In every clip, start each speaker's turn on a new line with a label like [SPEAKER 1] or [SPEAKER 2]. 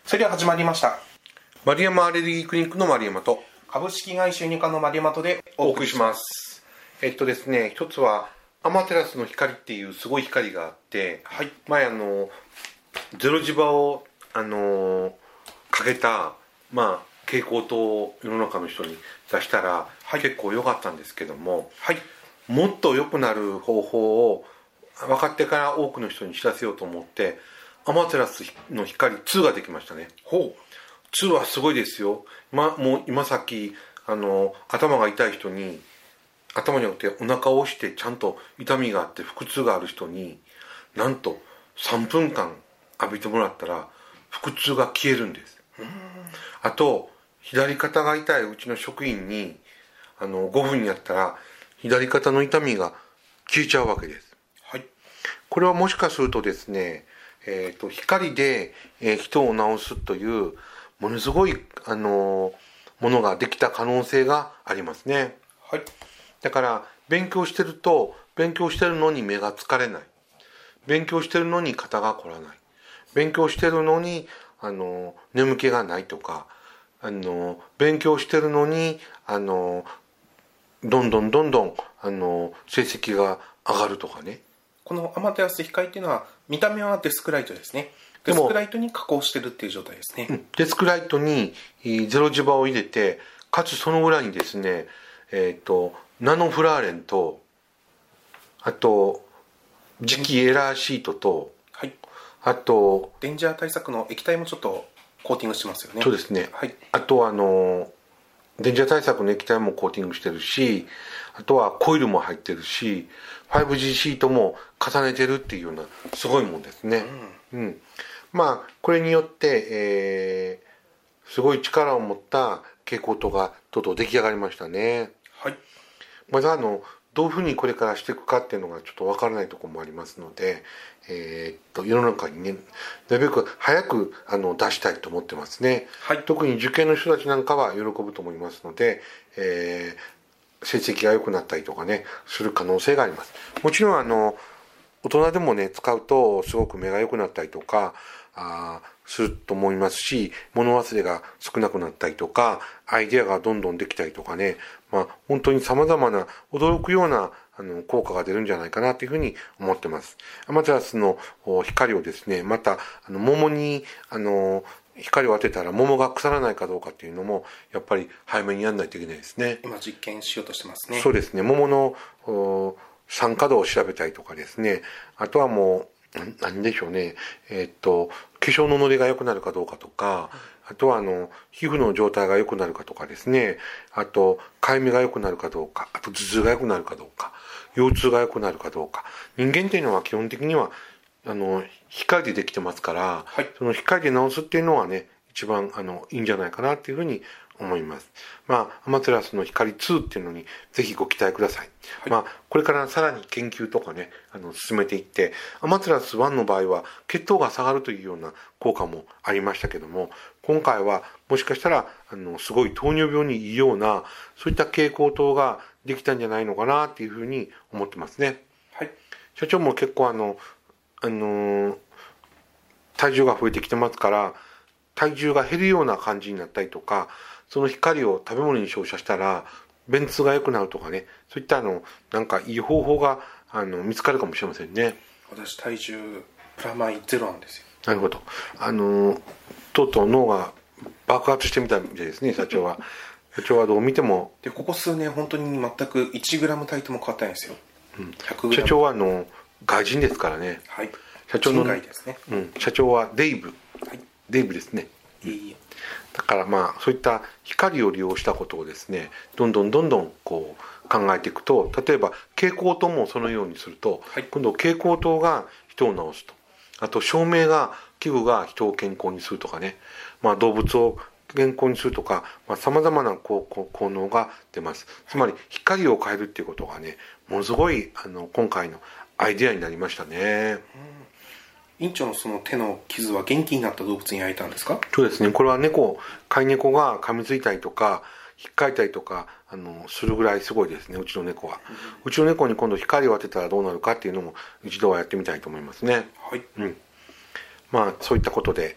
[SPEAKER 1] それでは始まりました。
[SPEAKER 2] 丸山アレルギークリニックの丸山と
[SPEAKER 1] 株式会社ユニカの丸山とで
[SPEAKER 2] お送りします。ですね、一つはアマテラスの光っていうすごい光があって、
[SPEAKER 1] はい、
[SPEAKER 2] 前ゼロ磁場をかけた蛍光灯を世の中の人に出したら、結構良かったんですけども、もっと良くなる方法を分かってから多くの人に知らせようと思ってアマテラスの光2ができましたね。2はすごいですよ。もう今さっき頭が痛い人に、頭じゃなくてお腹を押してちゃんと痛みがあって腹痛がある人になんと3分間浴びてもらったら腹痛が消えるんです。あと左肩が痛いうちの職員に5分やったら左肩の痛みが消えちゃうわけです。これはもしかするとですね、光で、人を治すというものすごいものができた可能性がありますね。だから勉強してるのに目が疲れない、勉強してるのに肩が凝らない、勉強してるのに眠気がないとか、勉強してるのにどんどん成績が上がるとかね。
[SPEAKER 1] このアマテラス光っていうのは見た目はデスクライトですね。デスクライトに加工してるっていう状態ですね。
[SPEAKER 2] デスクライトにゼロ磁場を入れて、かつその裏にですね、ナノフラーレンと、あと磁気エラーシートと、あと
[SPEAKER 1] デンジャー対策の液体もちょっとコーティングしてますよね。
[SPEAKER 2] そうですね。あとデンジャー対策の液体もコーティングしてるし、あとはコイルも入ってるし、5G シートも重ねてるっていうようなすごいもんですね。これによって、すごい力を持った蛍光灯がとうとう出来上がりましたね。まずどういうふうにこれからしていくかっていうのがちょっとわからないところもありますので、世の中にねなるべく早く出したいと思ってますね。特に受験の人たちなんかは喜ぶと思いますので、成績が良くなったりとかねする可能性があります。もちろん大人でもね使うとすごく目が良くなったりとかすると思いますし、物忘れが少なくなったりとか、アイデアがどんどんできたりとかね、本当に様々な驚くような効果が出るんじゃないかなというふうに思ってます。アマテラスの光をですね、また桃に光を当てたら桃が腐らないかどうかっていうのもやっぱり早めにやんないといけないですね。
[SPEAKER 1] 今実験しようとしてますね。
[SPEAKER 2] そうですね。桃の酸化度を調べたりとかですね、あとはもう何でしょうね、化粧のノリが良くなるかどうかとか、あとは皮膚の状態が良くなるかとかですね、あとかゆみが良くなるかどうか、あと頭痛が良くなるかどうか、腰痛が良くなるかどうか。人間っていうのは基本的には光でできてますから、その光で治すっていうのはね一番いいんじゃないかなっていうふうに思います。アマテラスの光2っていうのにぜひご期待ください。これからさらに研究とかね進めていって、アマテラス1の場合は血糖が下がるというような効果もありましたけども、今回はもしかしたらすごい糖尿病にいいようなそういった蛍光灯ができたんじゃないのかなっていうふうに思ってますね。社長も結構体重が増えてきてますから、体重が減るような感じになったりとか、その光を食べ物に照射したら便通が良くなるとかね、そういったなんかいい方法が見つかるかもしれませんね。
[SPEAKER 1] 私体重プラマイゼロなんですよ。
[SPEAKER 2] なるほど。とうとう脳が爆発してみたみたいですね、社長は。社長はどう見ても
[SPEAKER 1] でここ数年本当に全く 1g 体重も変わってないんですよ。
[SPEAKER 2] 社長は外人ですからね。社長の
[SPEAKER 1] ですね。
[SPEAKER 2] 社長はデイブですね。だからそういった光を利用したことをですね、どんどんこう考えていくと、例えば蛍光灯もそのようにすると、今度蛍光灯が人を治すと、あと照明器具が人を健康にするとかね、動物を健康にするとか、様々な効能が出ます。つまり光を変えるっていうことがね、ものすごい今回のアイデアになりましたね。
[SPEAKER 1] 院長のその手の傷は元気になった動物に焼いたんですか？
[SPEAKER 2] そうですね。これは飼い猫が噛みついたりとか引っかいたりとかするぐらいすごいですね、うちの猫は。うちの猫に今度光を当てたらどうなるかっていうのも一度はやってみたいと思いますね。そういったことで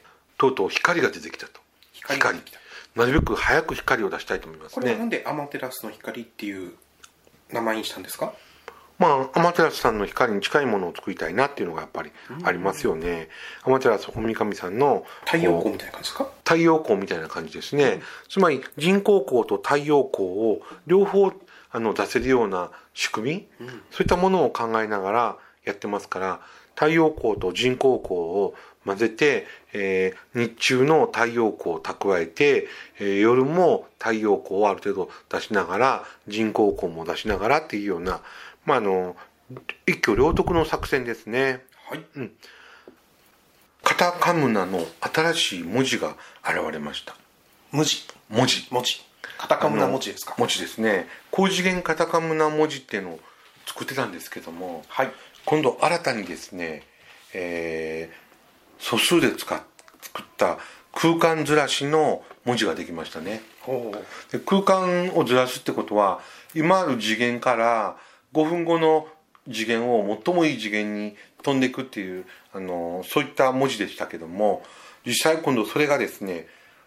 [SPEAKER 2] とうとう光が出てきたと。
[SPEAKER 1] 光が出てきた。
[SPEAKER 2] なるべく早く光を出したいと思いますね。
[SPEAKER 1] これはなんでアマテラスの光っていう名前にしたんですか？
[SPEAKER 2] まあ、アマテラスさんの光に近いものを作りたいなっていうのがやっぱりありますよね。アマテラス大神さんの
[SPEAKER 1] 太陽光みたいな感じですか？
[SPEAKER 2] 太陽光みたいな感じですね。つまり人工光と太陽光を両方出せるような仕組み、そういったものを考えながらやってますから、太陽光と人工光を混ぜて、日中の太陽光を蓄えて、夜も太陽光をある程度出しながら人工光も出しながらっていうような、まあ一挙両得の作戦ですね。
[SPEAKER 1] はい。
[SPEAKER 2] カタカムナの新しい文字が現れました。
[SPEAKER 1] 文字。カタカムナ文字ですか？
[SPEAKER 2] 文字ですね。高次元カタカムナ文字っていうのを作ってたんですけども、
[SPEAKER 1] はい、
[SPEAKER 2] 今度新たにですね、素数で作った空間ずらしの文字ができましたね。で、空間をずらすってことは、今ある次元から5分後の次元を最もいい次元に飛んでいくっていうそういった文字でしたけども、実際今度それがですね、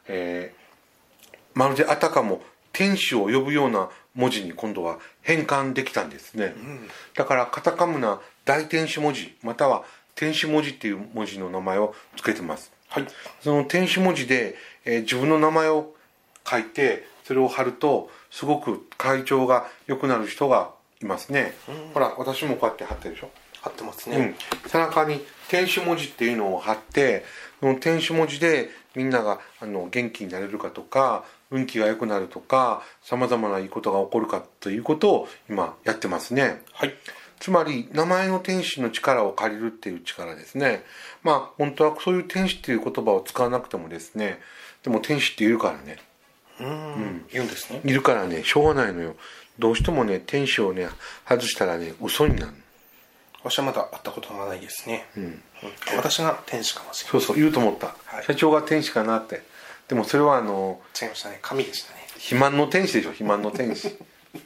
[SPEAKER 2] まるであたかも天使を呼ぶような文字に今度は変換できたんですね。だからカタカムナ大天使文字または天使文字っていう文字の名前を付けてます。
[SPEAKER 1] はい、
[SPEAKER 2] その天使文字で、自分の名前を書いてそれを貼るとすごく体調が良くなる人がいますね。ほら私もこうやって貼ってるでしょ。
[SPEAKER 1] 貼ってますね。
[SPEAKER 2] 背中に天使文字っていうのを貼って、その天使文字でみんなが元気になれるかとか運気が良くなるとかさまざまないいことが起こるかということを今やってますね。
[SPEAKER 1] はい。
[SPEAKER 2] つまり名前の天使の力を借りるっていう力ですね。まあ本当はそういう天使っていう言葉を使わなくてもですね、でも天使っているからね。
[SPEAKER 1] 言うんですね。
[SPEAKER 2] いるからね、しょうがないのよ。どうしてもね、天使をね外したらね嘘になる。
[SPEAKER 1] 私はまだ会ったことがないですね。私が天使かもしれない。
[SPEAKER 2] そう言うと思った、はい、社長が天使かなって。でもそれは違い
[SPEAKER 1] ましたね。神でしたね。
[SPEAKER 2] 肥満の天使でしょ。肥満の天使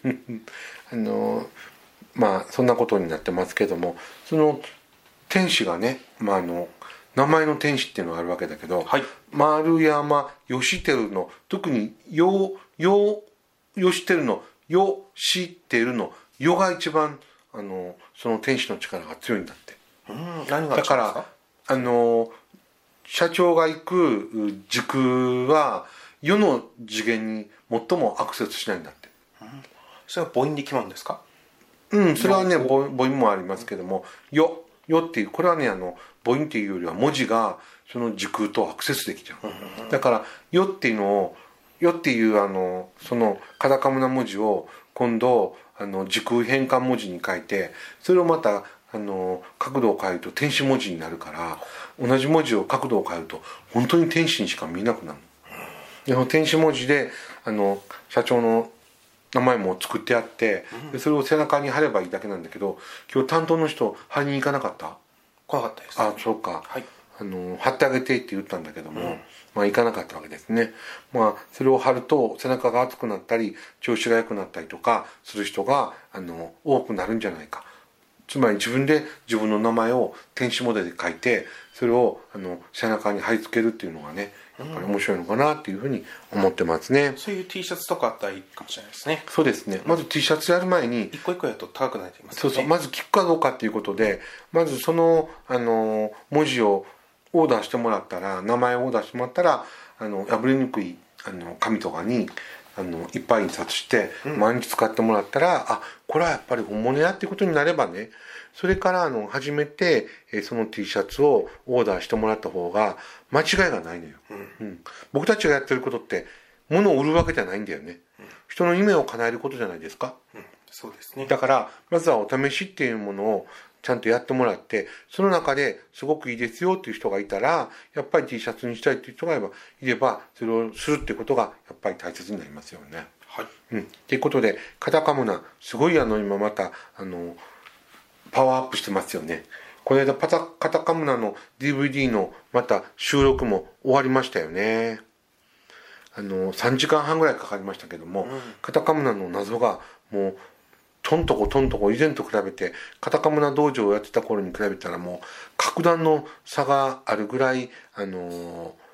[SPEAKER 2] まあそんなことになってますけども、その天使がね、名前の天使っていうのがあるわけだけど、
[SPEAKER 1] はい、
[SPEAKER 2] 丸山義輝の特に義輝の義輝のよが一番その天使の力が強いんだって。
[SPEAKER 1] 何が違うんですか？
[SPEAKER 2] だから社長が行く時空は世の次元に最もアクセスしないんだって。
[SPEAKER 1] それは母音で決まるんですか？
[SPEAKER 2] それはね母音もありますけども、よっていうこれはね母音っていうよりは文字がその時空とアクセスできちゃう。だからよっていうのをよっていうそのカタカムナ文字を今度時空変換文字に書いて、それをまた角度を変えると天使文字になるから、同じ文字を角度を変えると本当に天使にしか見えなくなる。でその天使文字で社長の名前も作ってあって、でそれを背中に貼ればいいだけなんだけど、今日担当の人貼りに行かなかった？
[SPEAKER 1] 来なかったです。
[SPEAKER 2] あ、そうか。
[SPEAKER 1] はい、
[SPEAKER 2] 貼ってあげてって言ったんだけども、行かなかったわけですね。それを貼ると背中が熱くなったり調子が良くなったりとかする人が多くなるんじゃないか。つまり自分で自分の名前を天使モデルで書いてそれを背中に貼り付けるっていうのがね、やっぱり面白いのかなっていうふうに思ってますね。
[SPEAKER 1] そういう T シャツとかあったらいいかもしれないですね。
[SPEAKER 2] そうですね。まず T シャツやる前に
[SPEAKER 1] 一個一個やると高くなっていますよね。
[SPEAKER 2] そうまず聞くかどうかっていうことで、まずその文字をオーダーしてもらったら、名前をオーダーしてもらったら破れにくい紙とかにいっぱい印刷して毎日使ってもらったら、あ、これはやっぱり本物やっていうことになればね、それから初めてその T シャツをオーダーしてもらった方が間違いがないのよ。僕たちがやってることって物を売るわけじゃないんだよね。人の夢を叶えることじゃないですか。
[SPEAKER 1] そうですね。
[SPEAKER 2] だからまずはお試しっていうものをちゃんとやってもらって、その中ですごくいいですよっていう人がいたら、やっぱり T シャツにしたいっていう人がいればそれをするってことがやっぱり大切になりますよね。
[SPEAKER 1] はい。
[SPEAKER 2] ということでカタカムナすごい今またパワーアップしてますよね。この間カタカムナの DVD のまた収録も終わりましたよね。3時間半ぐらいかかりましたけども、カタカムナの謎がもうとんとこ以前と比べて、カタカムナ道場をやってた頃に比べたらもう格段の差があるぐらい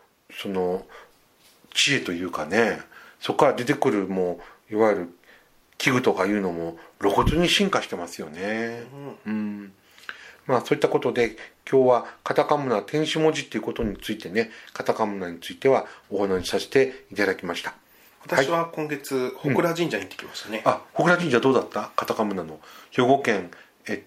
[SPEAKER 2] その知恵というかね、そこから出てくるもういわゆる器具とかいうのも露骨に進化してますよね。まあそういったことで今日はカタカムナ天使文字っていうことについてね、カタカムナについてはお話しさせていただきました。
[SPEAKER 1] 私は今月、小倉神社に行ってきましたね。
[SPEAKER 2] 小倉神社どうだった？カタカムナの兵庫県兵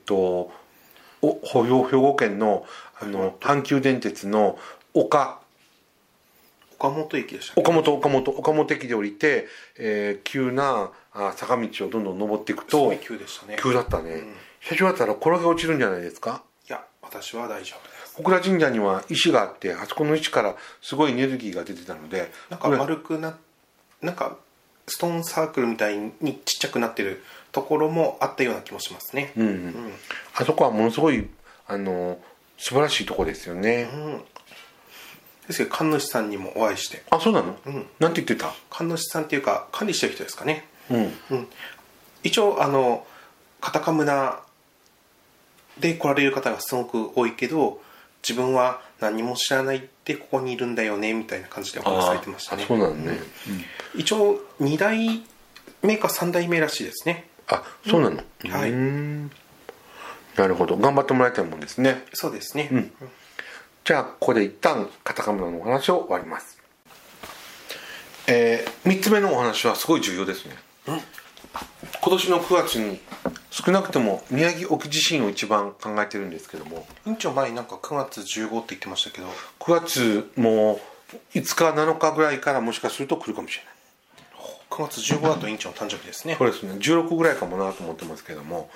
[SPEAKER 2] 庫県の阪急電鉄の岡
[SPEAKER 1] 本駅でしたっけ？
[SPEAKER 2] 岡本駅で降りて、急な坂道をどんどん登っていくとす
[SPEAKER 1] ごい急でしたね。
[SPEAKER 2] 急だったね。車掌だったら転げ落ちるんじゃないですか？
[SPEAKER 1] いや、私は大丈夫です。
[SPEAKER 2] 小倉神社には石があって、あそこの石からすごいエネルギーが出てたので、
[SPEAKER 1] なんか丸くなんかストーンサークルみたいにちっちゃくなってるところもあったような気もしますね。
[SPEAKER 2] あそこはものすごい素晴らしいところですよね。
[SPEAKER 1] ですけど神主さんにもお会いして。
[SPEAKER 2] そうなの？なんて言ってた？
[SPEAKER 1] 神主さんっていうか管理してる人ですかね。一応カタカムナで来られる方がすごく多いけど、自分は何も知らないってここにいるんだよねみたいな感じでお話しされてましたね。
[SPEAKER 2] そうなのね。
[SPEAKER 1] 一応2代目か3代目らしいですね。
[SPEAKER 2] そうなの。
[SPEAKER 1] はい。
[SPEAKER 2] なるほど、頑張ってもらいたいもんですね。
[SPEAKER 1] そうですね。
[SPEAKER 2] じゃあここで一旦カタカムナのお話を終わります。3つ目のお話はすごい重要ですね。今年の9月に少なくとも宮城沖地震を一番考えてるんですけども、
[SPEAKER 1] 委員長前になんか9月15って言ってましたけど、
[SPEAKER 2] 9月も5日7日ぐらいからもしかすると来るかもしれない。
[SPEAKER 1] 9月15だと委員長の誕生日ですね。
[SPEAKER 2] そうですね、16ぐらいかもなと思ってますけども、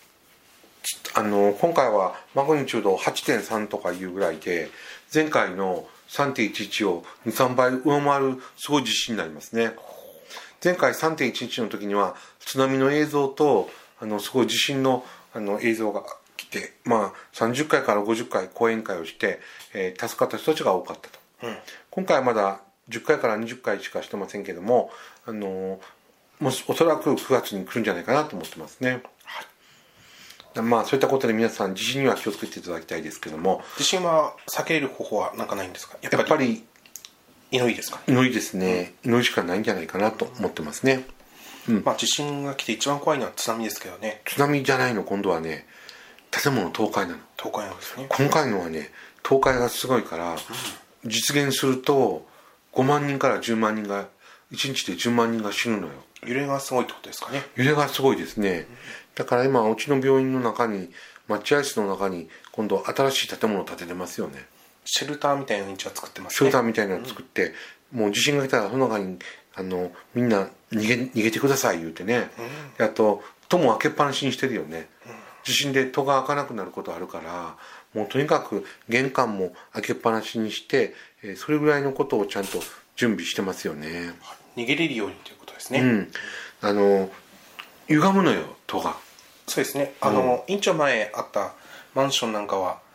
[SPEAKER 2] 今回はマグニチュード 8.3 とかいうぐらいで、前回の 3.11 を 2,3 倍上回るすごい地震になりますね。前回 3.11 の時には津波の映像とすごい地震の映像が来て、30回から50回講演会をして、助かった人たちが多かったと。今回はまだ10回から20回しかしてませんけども、おそらく9月に来るんじゃないかなと思ってますね。そういったことで皆さん地震には気をつけていただきたいですけども、
[SPEAKER 1] 地震は避けれる方法は何かないんですか？やっぱり祈りですか？
[SPEAKER 2] 祈りですね。祈りしかないんじゃないかなと思ってますね。
[SPEAKER 1] 地震が来て一番怖いのは津波ですけどね。
[SPEAKER 2] 津波じゃないの、今度はね、建物倒壊なの。
[SPEAKER 1] 倒壊なんですね。
[SPEAKER 2] 今回のはね、倒壊がすごいから、実現すると5万人から10万人が1日で10万人が死ぬのよ。
[SPEAKER 1] 揺れがすごいってことですかね。
[SPEAKER 2] 揺れがすごいですね。だから今うちの病院の中に、待合室の中に今度新しい建物を建ててますよね。
[SPEAKER 1] シェルターみたいなのを作ってますね。
[SPEAKER 2] シェルターみたいなのを作って、もう地震が来たらその中にみんな逃げてください言うてね、あと戸も開けっぱなしにしてるよね。地震で戸が開かなくなることあるから、もうとにかく玄関も開けっぱなしにして、それぐらいのことをちゃんと準備してますよね。
[SPEAKER 1] 逃げれるようにということですね。
[SPEAKER 2] 歪むのよ、戸が。
[SPEAKER 1] そうですね。院長前あったマンションなんかは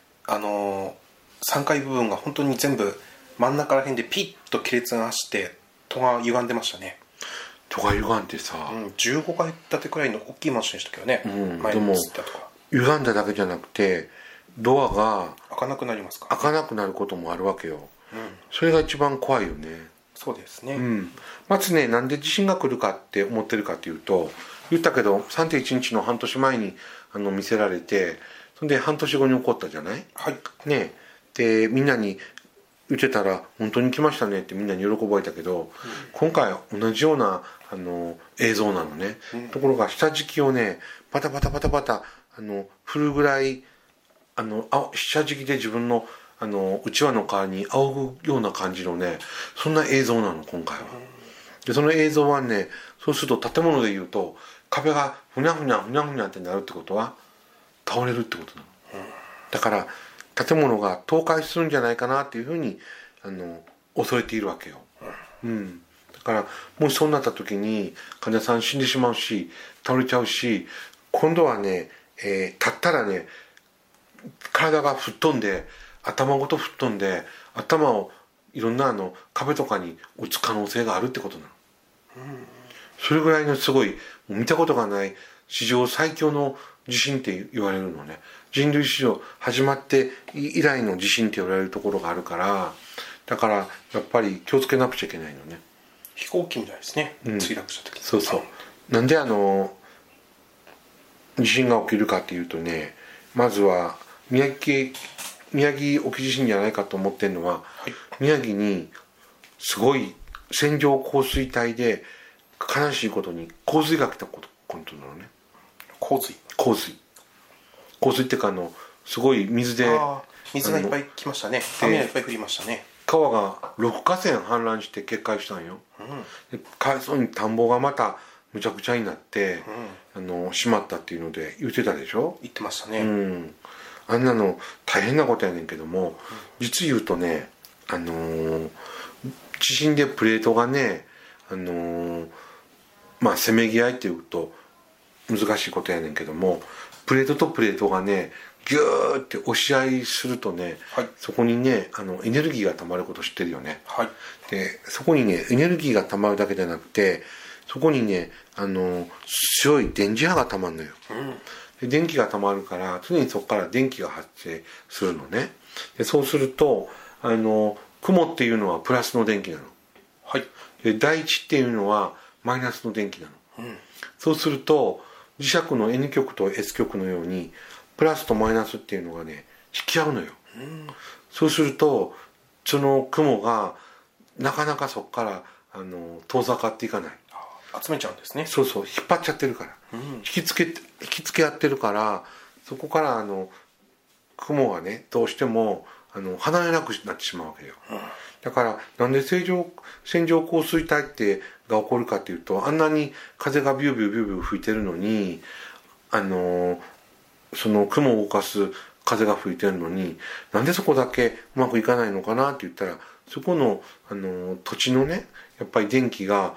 [SPEAKER 1] 3階部分が本当に全部真ん中ら辺でピッと亀裂が走って戸が歪んでましたね。
[SPEAKER 2] 戸が歪んでさ、
[SPEAKER 1] 15階建てくらいの大きいマンションでしたけどね。前に映ったとか。
[SPEAKER 2] 歪んだだけじゃなくてドアが
[SPEAKER 1] 開かなくなりますか？
[SPEAKER 2] 開かなくなることもあるわけよ。それが一番怖いよね。
[SPEAKER 1] そうですね。
[SPEAKER 2] まずね、なんで地震が来るかって思ってるかっていうと、言ったけど 3.11 の半年前に見せられて、そんで半年後に起こったじゃない。ね、でみんなに言ってたら本当に来ましたねってみんなに喜ばれたけど、今回同じような映像なのね。ところが下敷きをねバタバタバタバタ振るぐらい下敷きで自分のうちわの代わりに仰ぐような感じのね、そんな映像なの今回は。でその映像はね、そうすると建物でいうと壁がふにゃふにゃふにゃふにゃってなるってことは倒れるってことなの。だから建物が倒壊するんじゃないかなっていうふうに恐れているわけよ。だからもしそうなった時に患者さん死んでしまうし倒れちゃうし、今度はね、立ったらね体が吹っ飛んで頭ごと吹っ飛んで頭をいろんな壁とかに打つ可能性があるってことなの。それぐらいのすごい見たことがない史上最強の地震って言われるのね。人類史上始まって以来の地震って言われるところがあるから、 だからやっぱり気をつけなくちゃいけないのね。
[SPEAKER 1] 飛行機みたいですね、墜落した時に。
[SPEAKER 2] そうそう。なんで地震が起きるかっていうとね、まずは宮城沖地震じゃないかと思ってるのは、宮城にすごい線状降水帯で悲しいことに洪水が来たことなのね。
[SPEAKER 1] 洪水
[SPEAKER 2] っていうかすごい水が
[SPEAKER 1] いっぱい来ましたね。雨がいっぱい降りましたね。
[SPEAKER 2] 川が6河川氾濫して決壊したんよ、でかわいそうに田んぼがまたむちゃくちゃになって、閉まったっていうので言ってたでしょ。
[SPEAKER 1] 言ってましたね。
[SPEAKER 2] あんなの大変なことやねんけども、実言うとね、地震でプレートがね、せめぎ合いっていうと難しいことやねんけども、プレートとプレートがねギューって押し合いするとね、そこにねエネルギーが溜まること知ってるよね。でそこにねエネルギーが溜まるだけじゃなくて、そこにね強い電磁波が溜まるのよ、で電気が溜まるから常にそこから電気が発生するのね。でそうすると雲っていうのはプラスの電気なの、で大地っていうのはマイナスの電気なの、そうすると磁石の N 極と S 極のようにプラスとマイナスっていうのがね引き合うのよ、そうするとその雲がなかなかそこから遠ざかっていかない。
[SPEAKER 1] 集めちゃうんですね。
[SPEAKER 2] そうそう、引っ張っちゃってるから、引きつけ合ってるから、そこから雲がねどうしても離れなくなってしまうわけよ、だからなんで線状降水帯ってが起こるかっていうと、あんなに風がビュービュービュービュー吹いてるのにその雲を動かす風が吹いてるのに、なんでそこだけうまくいかないのかなって言ったら、そこの土地のねやっぱり電気が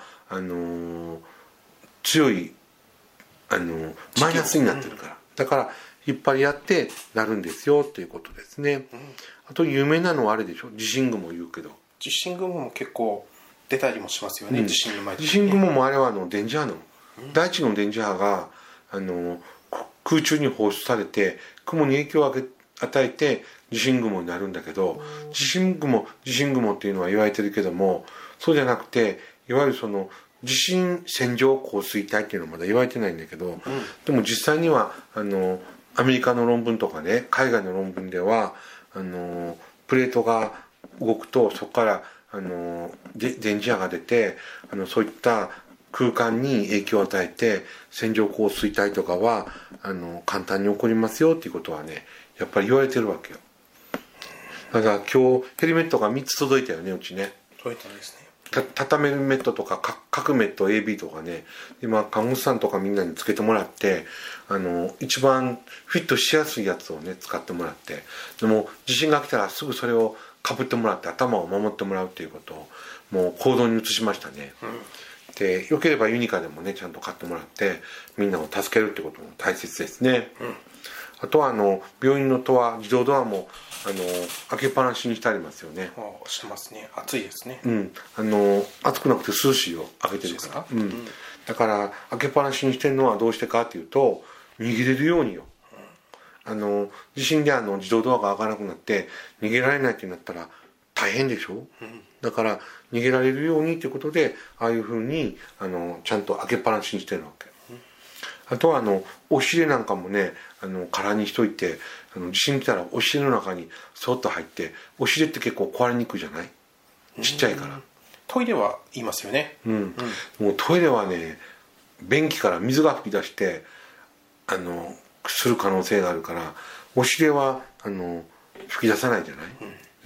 [SPEAKER 2] 強いマイナスになってるから、だから引っ張り合ってなるんですよっていうことですね、あと有名なのはあれでしょ、地震雲言うけど、
[SPEAKER 1] 地震雲も結構出たりもしますよね、地震の前
[SPEAKER 2] 地震雲もあれは電磁波の、大地の電磁波が空中に放出されて雲に影響を与えて地震雲になるんだけど、地震雲っていうのは言われてるけども、そうじゃなくていわゆるその地震線状降水帯っていうのはまだ言われてないんだけど、でも実際にはアメリカの論文とかね海外の論文ではプレートが動くとそこから電磁波が出てそういった空間に影響を与えて線状降水帯とかは簡単に起こりますよっていうことはねやっぱり言われてるわけよ。だから今日ヘルメットが3つ届いたよね、うちね。
[SPEAKER 1] 届いたんですね。
[SPEAKER 2] 畳めるメットとか角メット AB とかね、今看護師さんとかみんなにつけてもらって一番フィットしやすいやつをね使ってもらって、でも地震が来たらすぐそれをかぶってもらって頭を守ってもらうっていうことをもう行動に移しましたね、でよければユニカでもねちゃんと買ってもらってみんなを助けるってことも大切ですね、あとは病院の自動ドアも開けっぱなしにしてありますよね。
[SPEAKER 1] してますね。暑いですね。
[SPEAKER 2] 暑くなくて涼しいを開けてるから、だから開けっぱなしにしてるのはどうしてかっていうと逃げれるようによ、地震で自動ドアが開かなくなって逃げられないってなったら大変でしょ、だから逃げられるようにっていうことでああいうふうにちゃんと開けっぱなしにしてるわけ、あとは押し入れなんかもね空にしといて地震来たら押し入れの中にそっと入って、押し入れって結構壊れにくいじゃない、ちっちゃいから。
[SPEAKER 1] トイレは言いますよね、
[SPEAKER 2] もうトイレはね便器から水が噴き出してする可能性があるから、押し入れは噴き出さないじゃない、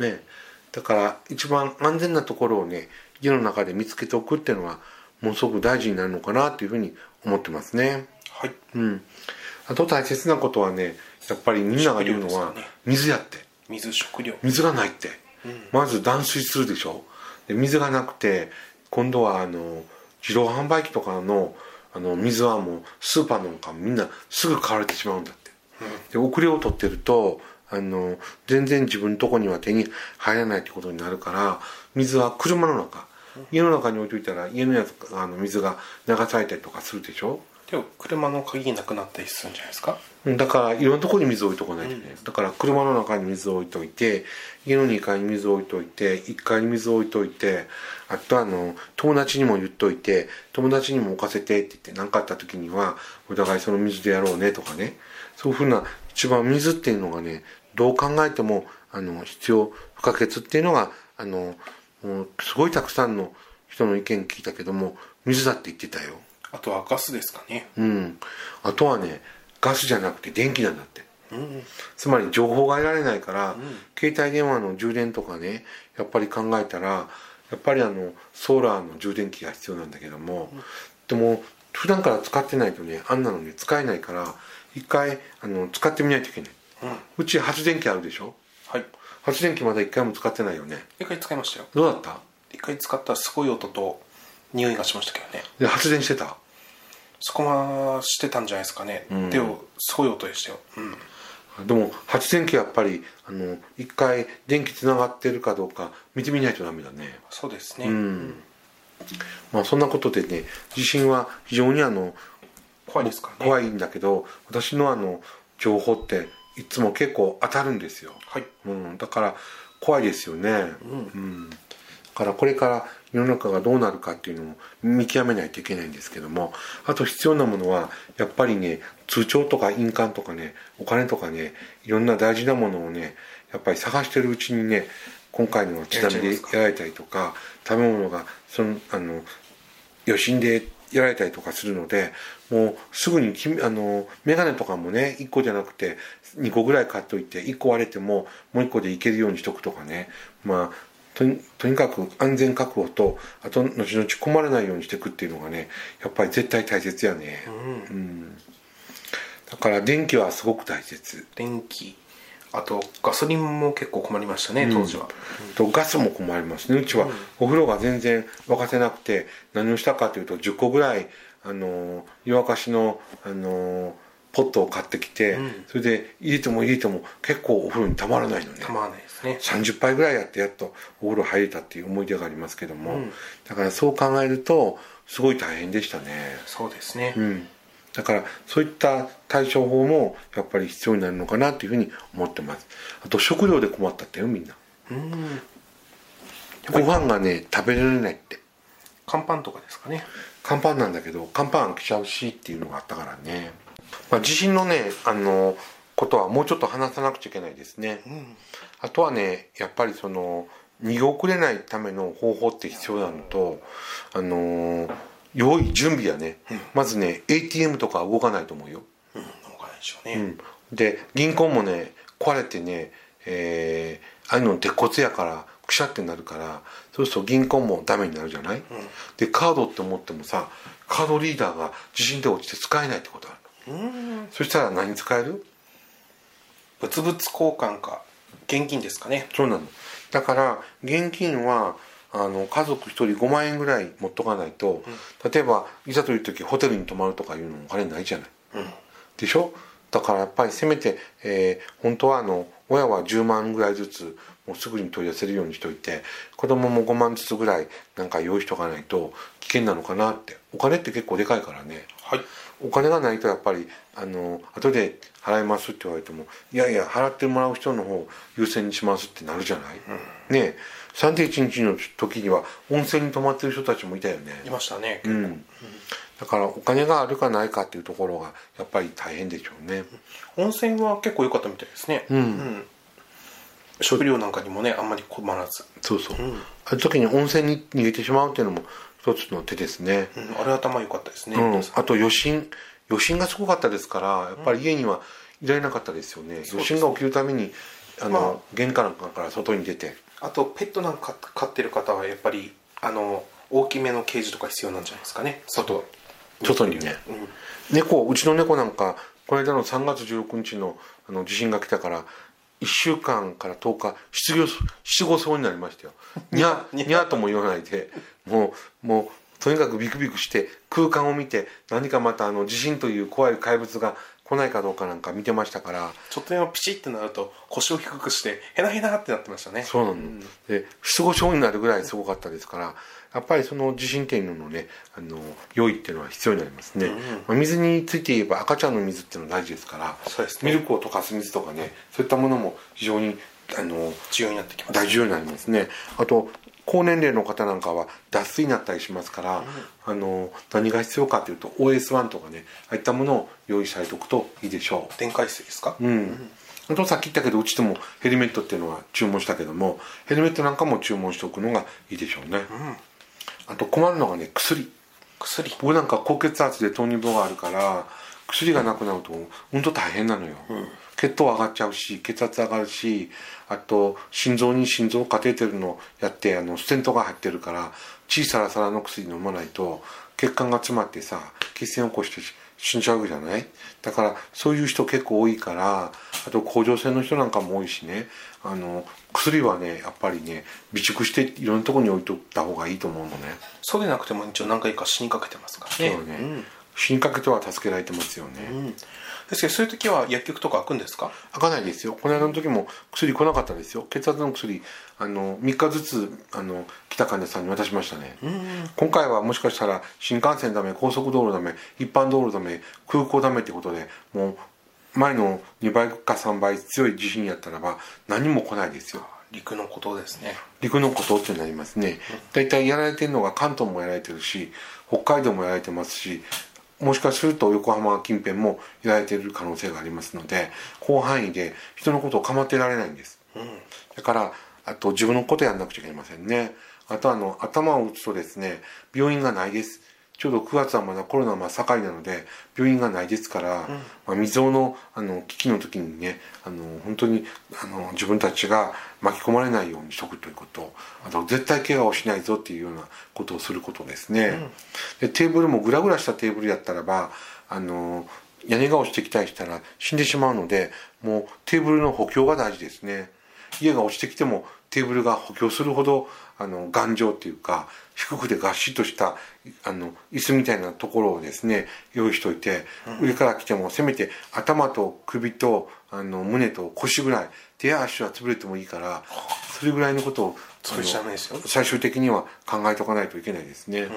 [SPEAKER 2] ね、だから一番安全なところをね家の中で見つけておくっていうのはものすごく大事になるのかなっていうふうに思ってますね。あと大切なことはねやっぱりみんなが言うのは水やって、
[SPEAKER 1] 食料、
[SPEAKER 2] 水がないって、まず断水するでしょ。で水がなくて今度は自動販売機とかの水はもうスーパーなんかみんなすぐ買われてしまうんだって、で遅れを取ってると全然自分のとこには手に入らないってことになるから、水は車の中、家の中に置いといたら家のやつ水が流されたりとかするでしょ。
[SPEAKER 1] でも車の鍵なくなったりするんじゃないですか。
[SPEAKER 2] だからいろんなところに水を置いとかないとね、だから車の中に水を置いといて、家の2階に水を置いといて、1階に水を置いといて、あと友達にも言っといて、友達にも置かせてって言って、何かあった時にはお互いその水でやろうねとかね、そういうふうな、一番水っていうのがね、どう考えても必要不可欠っていうのがもうすごいたくさんの人の意見聞いたけども、水だって言ってたよ。
[SPEAKER 1] あとはガスですかね。
[SPEAKER 2] あとはね、ガスじゃなくて電気なんだって、つまり情報が得られないから、携帯電話の充電とかね、やっぱり考えたらやっぱりソーラーの充電器が必要なんだけども、でも普段から使ってないとね、あんなのね使えないから、一回使ってみないといけない。うち発電機あるでしょ。
[SPEAKER 1] はい。
[SPEAKER 2] 発電機まだ一回も使ってないよね。
[SPEAKER 1] 一回使いましたよ。
[SPEAKER 2] どうだった？
[SPEAKER 1] 一回使ったらすごい音と匂いがしましたけどね。
[SPEAKER 2] で発電してた？
[SPEAKER 1] そこはしてたんじゃないですかね。でもすごい音でしたよ。
[SPEAKER 2] でも発電機やっぱり一回電気つながってるかどうか見てみないとダメだね。
[SPEAKER 1] そうですね。
[SPEAKER 2] まあそんなことでね、地震は非常に
[SPEAKER 1] 怖いですからね。
[SPEAKER 2] 怖いんだけど、私の情報っていつも結構当たるんですよ。
[SPEAKER 1] はい。
[SPEAKER 2] だから怖いですよね。だからこれから世の中がどうなるかっていうのを見極めないといけないんですけども、あと必要なものはやっぱりね、通帳とか印鑑とかね、お金とかね、いろんな大事なものをね、やっぱり探してるうちにね、今回の津波でやられたりとか、食べ物が余震でやられたりとかするので、もうすぐにメガネとかもね、1個じゃなくて2個ぐらい買っといて、1個割れてももう1個でいけるようにしとくとかね、まあとにかく安全確保と、あと後々困らないようにしていくっていうのがね、やっぱり絶対大切やね。だから電気はすごく大切。
[SPEAKER 1] 電気、あとガソリンも結構困りましたね、当時は。
[SPEAKER 2] とガスも困りますね。うちはお風呂が全然沸かせなくて、何をしたかというと10個ぐらい湯沸かしのポットを買ってきて、それで入れても結構お風呂にたまらないのね。
[SPEAKER 1] たまらないですね。
[SPEAKER 2] 30杯ぐらいやってやっとお風呂入れたっていう思い出がありますけども、だからそう考えるとすごい大変でしたね。
[SPEAKER 1] そうですね。
[SPEAKER 2] だからそういった対処法もやっぱり必要になるのかなというふうに思ってます。あと食料で困ったってよ、みんな。ご飯がね食べられないって。
[SPEAKER 1] 乾パンとかですかね。
[SPEAKER 2] 乾パンなんだけど乾パン来ちゃうしっていうのがあったからね、地震のねことはもうちょっと話さなくちゃいけないですね。あとはね、やっぱり逃げ遅れないための方法って必要なのと、用意準備やね、まずね ATM とか動かないと思うよ。
[SPEAKER 1] 動かないでしょうね。
[SPEAKER 2] で銀行もね壊れてね、ああいうの鉄骨やからくしゃってなるから、そうすると銀行もダメになるじゃない、でカードって思ってもさ、カードリーダーが地震で落ちて使えないってことある。そしたら何使える？
[SPEAKER 1] 物々交換か現金ですかね。
[SPEAKER 2] そうなの。だから現金は家族1人5万円ぐらい持っとかないと、例えばいざという時ホテルに泊まるとかいうのもお金ないじゃない、でしょ。だからやっぱりせめて、本当は親は10万ぐらいずつもうすぐに取り出せるようにしといて、子供も5万ずつぐらいなんか用意しとかないと危険なのかなって。お金って結構でかいからね。お金がないとやっぱり後で払いますって言われても、いやいや払ってもらう人の方を優先にしますってなるじゃない、ねえ。31日の時には温泉に泊まってる人たちもいたよね。
[SPEAKER 1] いましたね。
[SPEAKER 2] だからお金があるかないかっていうところがやっぱり大変でしょうね。
[SPEAKER 1] 温泉は結構良かったみたいですね。食料なんかにもねあんまり困らず。
[SPEAKER 2] そうそう、ある時に温泉に逃げてしまうっていうのも一つの手ですね。
[SPEAKER 1] あれ頭良かったですね。
[SPEAKER 2] あと余震がすごかったですから、やっぱり家にはいられなかったですよね。余震が起きるために玄関から外に出て。あ
[SPEAKER 1] とペットなんか飼ってる方はやっぱり大きめのケージとか必要なんじゃないですかね。外
[SPEAKER 2] にね、うちの猫なんかこの間の3月16日の地震が来たから1週間から10日失語そうになりましたよ。にゃとも言わないで、もうとにかくビクビクして空間を見て、何かまた地震という怖い怪物が来ないかどうかなんか見てましたから。
[SPEAKER 1] ちょっとでもピチッてなると腰を低くしてヘナヘナってなってましたね。
[SPEAKER 2] そうなの、で失語症になるぐらいすごかったですから、やっぱりその地震っていうののね用意っていうのは必要になりますね、水について言えば赤ちゃんの水っていうのは大事ですから、
[SPEAKER 1] そうですね、
[SPEAKER 2] ミルクを溶かす水とかね、そういったものも非常に
[SPEAKER 1] 重要になってきます。
[SPEAKER 2] 大重要になりますね。あと高年齢の方なんかは脱水になったりしますから、何が必要かというと OS1 とかね、ああいったものを用意しておくといいでしょう。
[SPEAKER 1] 電解水ですか。
[SPEAKER 2] あとさっき言ったけど、うちでもヘルメットっていうのは注文したけども、ヘルメットなんかも注文しておくのがいいでしょうね、あと困るのがね、薬。僕なんか高血圧で糖尿病があるから、薬がなくなると本当大変なのよ、血糖上がっちゃうし、血圧上がるし、あと心臓に心臓カテーテルのやってステントが入ってるから、血サラサラの薬飲まないと血管が詰まってさ、血栓を起こして死んじゃうじゃない。だからそういう人結構多いから、あと甲状腺の人なんかも多いしね、薬はねやっぱりね備蓄していろんなところに置いとった方がいいと思うのね。
[SPEAKER 1] そうでなくても一応何回か死にかけてますからね。
[SPEAKER 2] そうね、死にかけては助けられてますよね、
[SPEAKER 1] ですけどそういう時は薬局とか開くんですか。
[SPEAKER 2] 開かないですよ。この間の時も薬来なかったですよ。血圧の薬3日ずつ来た患者さんに渡しましたね、今回はもしかしたら新幹線ダメ、高速道路ダメ、一般道路ダメ、空港ダメってことで、もう前の2倍か3倍強い地震やったらば何も来ないですよ。
[SPEAKER 1] 陸のことですね。
[SPEAKER 2] 陸のことってなりますね。だいたいやられてるのが関東もやられてるし、北海道もやられてますし、もしかすると横浜近辺もやられている可能性がありますので、広範囲で人のことを構ってられないんです、だからあと自分のことやらなくちゃいけませんね。あと頭を打つとですね、病院がないです。ちょうど9月はまだコロナ真っ盛りなので病院がないですから、未曾有の危機の時にね、本当に自分たちが巻き込まれないようにしとくということ、あと絶対怪我をしないぞっていうようなことをすることですね、でテーブルもグラグラしたテーブルやったらば屋根が落ちてきたりしたら死んでしまうので、もうテーブルの補強が大事ですね。家が落ちてきてもテーブルが補強するほど頑丈っていうか、低くてがっしりとした椅子みたいなところをですね用意しといて、上から来てもせめて頭と首と胸と腰ぐらい、手や足は潰れてもいいから、それぐらいのことを最終的には考えておかないといけないですね、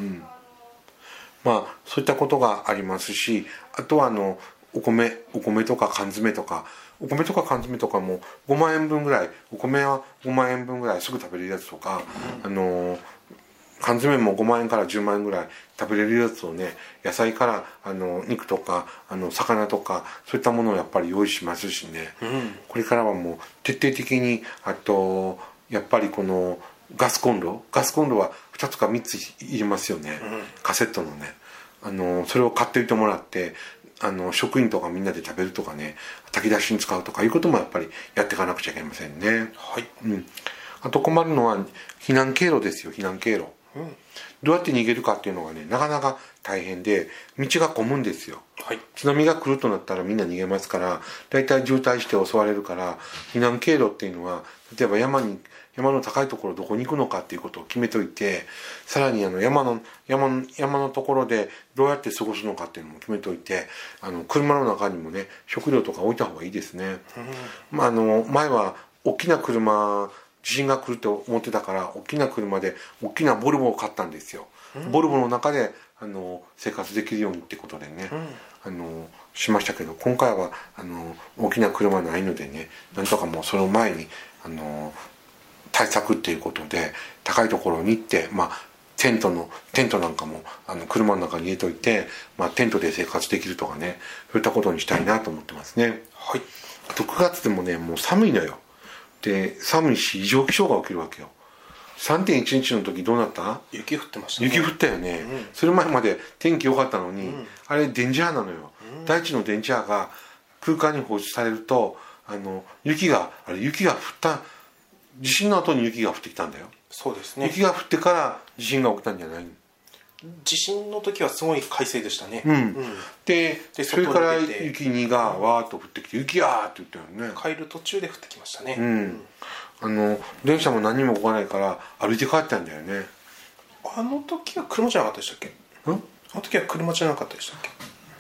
[SPEAKER 2] まあそういったことがありますし、あとはお米とか缶詰とか、お米とか缶詰とかも5万円分ぐらい、お米は5万円分ぐらいすぐ食べれるやつとか、缶詰も5万円から10万円ぐらい食べれるやつをね、野菜から肉とか魚とかそういったものをやっぱり用意しますしね、これからはもう徹底的に、あとやっぱりこのガスコンロは2つか3ついりますよね、カセットのね、それを買っておいてもらって、職員とかみんなで食べるとかね、炊き出しに使うとかいうこともやっぱりやっていかなくちゃいけませんね。あと困るのは避難経路ですよ。避難経路、どうやって逃げるかっていうのがね、なかなか大変で、道が混むんですよ、津波が来るとなったらみんな逃げますから、だいたい渋滞して襲われるから、避難経路っていうのは例えば山の高いところどこに行くのかっていうことを決めといて、さらに山のところでどうやって過ごすのかっていうのも決めといて、車の中にもね食料とか置いた方がいいですね、前は大きな車、地震が来ると思ってたから大きな車で大きなボルボを買ったんですよ、ボルボの中で生活できるようにってことでね、しましたけど、今回は大きな車ないのでね、なんとかもうその前に対策っていうことで高いところに行って、テントなんかも車の中に入れといて、テントで生活できるとかね、そういったことにしたいなと思ってますね。あと9月でもね、もう寒いのよ。で寒いし異常気象が起きるわけよ。3.1 日の時どうなった？
[SPEAKER 1] 雪降ってましたね。
[SPEAKER 2] 雪降ったよね、それ前まで天気良かったのに、あれ電磁波なのよ、大地の電磁波が空間に放出されると雪が降った地震の後に雪が降ってきたんだよ。
[SPEAKER 1] そうですね。
[SPEAKER 2] 雪が降ってから地震が起きたんじゃない？
[SPEAKER 1] 地震の時はすごい快晴でしたね。
[SPEAKER 2] でそれから雪2がわーっと降ってきて、雪やーって言ったよね。
[SPEAKER 1] 帰る途中で降ってきましたね。
[SPEAKER 2] 電車も何も動かないから歩いて帰ったんだよね。
[SPEAKER 1] あの時は車じゃなかったでしたっけ？あの時は車じゃなかったでしたっけ？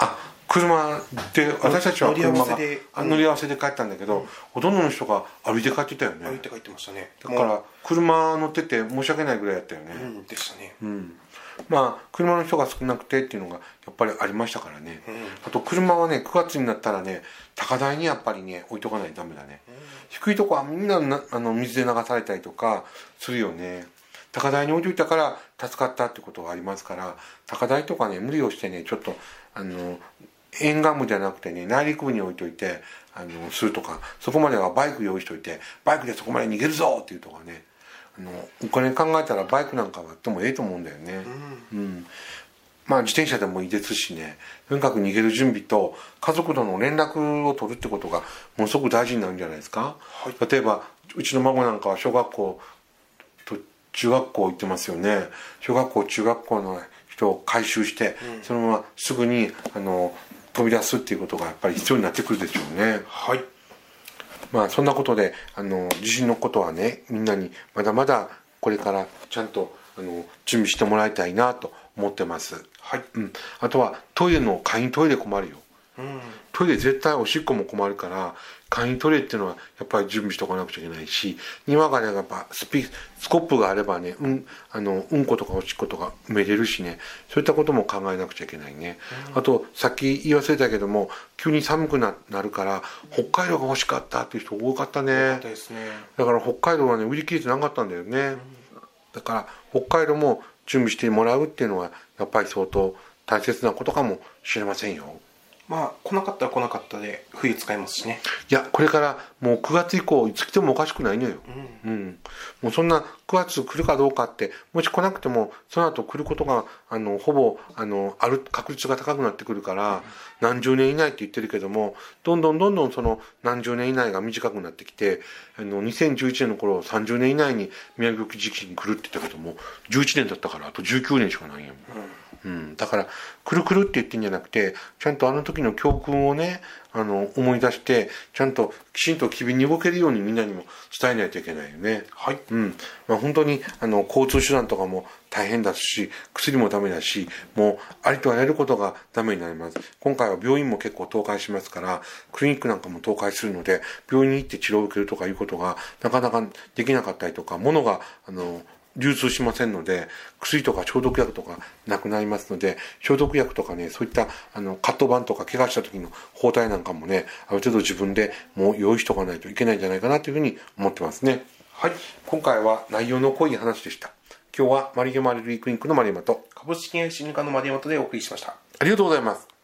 [SPEAKER 2] 車で私たちは車が乗り合わせで帰ったんだけど、ほとんどの人が歩いて帰ってたよね。
[SPEAKER 1] 歩いて帰ってましたね。
[SPEAKER 2] だから車乗ってて申し訳ないぐらいだったよね。
[SPEAKER 1] でしたね。
[SPEAKER 2] まあ車の人が少なくてっていうのがやっぱりありましたからね。あと車はね、9月になったらね、高台にやっぱりね置いとかないとダメだね。低いとこはみんな水で流されたりとかするよね。高台に置いといたから助かったってことがありますから、高台とかね無理をしてね、ちょっと沿岸部じゃなくてね、内陸部に置いといてするとか、そこまではバイク用意しといて、バイクでそこまで逃げるぞっていうとかね、お金考えたらバイクなんかはあってもええと思うんだよね。まあ自転車でもいいですしね、とにかく逃げる準備と家族との連絡を取るってことがものすごく大事になるんじゃないですか。例えばうちの孫なんかは小学校と中学校行ってますよね。小学校中学校の人を回収して、そのまますぐに飛び出すっていうことがやっぱり必要になってくるでしょうね。まあそんなことで地震のことはね、みんなにまだまだこれからちゃんと準備してもらいたいなと思ってます。あとはトイレの簡易トイレ困るよ。トイレ絶対おしっこも困るから、簡易トイレっていうのはやっぱり準備しておかなくちゃいけないし、庭がねやっぱスコップがあればね、うんことかおしっことか埋めれるしね、そういったことも考えなくちゃいけないね。あとさっき言い忘れたけども、急に寒くなるから北海道が欲しかったっていう人多かったね。だから北海道はね売り切れてなかったんだよね。だから北海道も準備してもらうっていうのはやっぱり相当大切なことかもしれませんよ。
[SPEAKER 1] まあ来なかったら来なかったで冬使いますしね。
[SPEAKER 2] いやこれからもう9月以降いつ来てもおかしくないのよ。もうそんな9月来るかどうかって、もし来なくてもその後来ることがほぼある確率が高くなってくるから、何十年以内って言ってるけども、どんどんその何十年以内が短くなってきて、2011年の頃30年以内に宮城沖地震来るって言ったけども、11年だったからあと19年しかないよ。だから来るって言ってんじゃなくて、ちゃんとあの時の教訓をね思い出して、ちゃんときちんと機敏に動けるようにみんなにも伝えないといけないよね。本当に交通手段とかも大変だし、薬もダメだし、もうありとあらゆることがダメになります。今回は病院も結構倒壊しますから、クリニックなんかも倒壊するので、病院に行って治療を受けるとかいうことがなかなかできなかったりとか、物が流通しませんので、薬とか消毒薬とかなくなりますので、消毒薬とかね、そういったカット板とか怪我した時の包帯なんかもね、ある程度自分でもう用意しとかないといけないんじゃないかなというふうに思ってますね。今回は内容の濃い話でした。今日はマリゲマルリークリニックの丸山と
[SPEAKER 1] 株式会社心理科の丸山とでお送りしました。
[SPEAKER 2] ありがとうございます。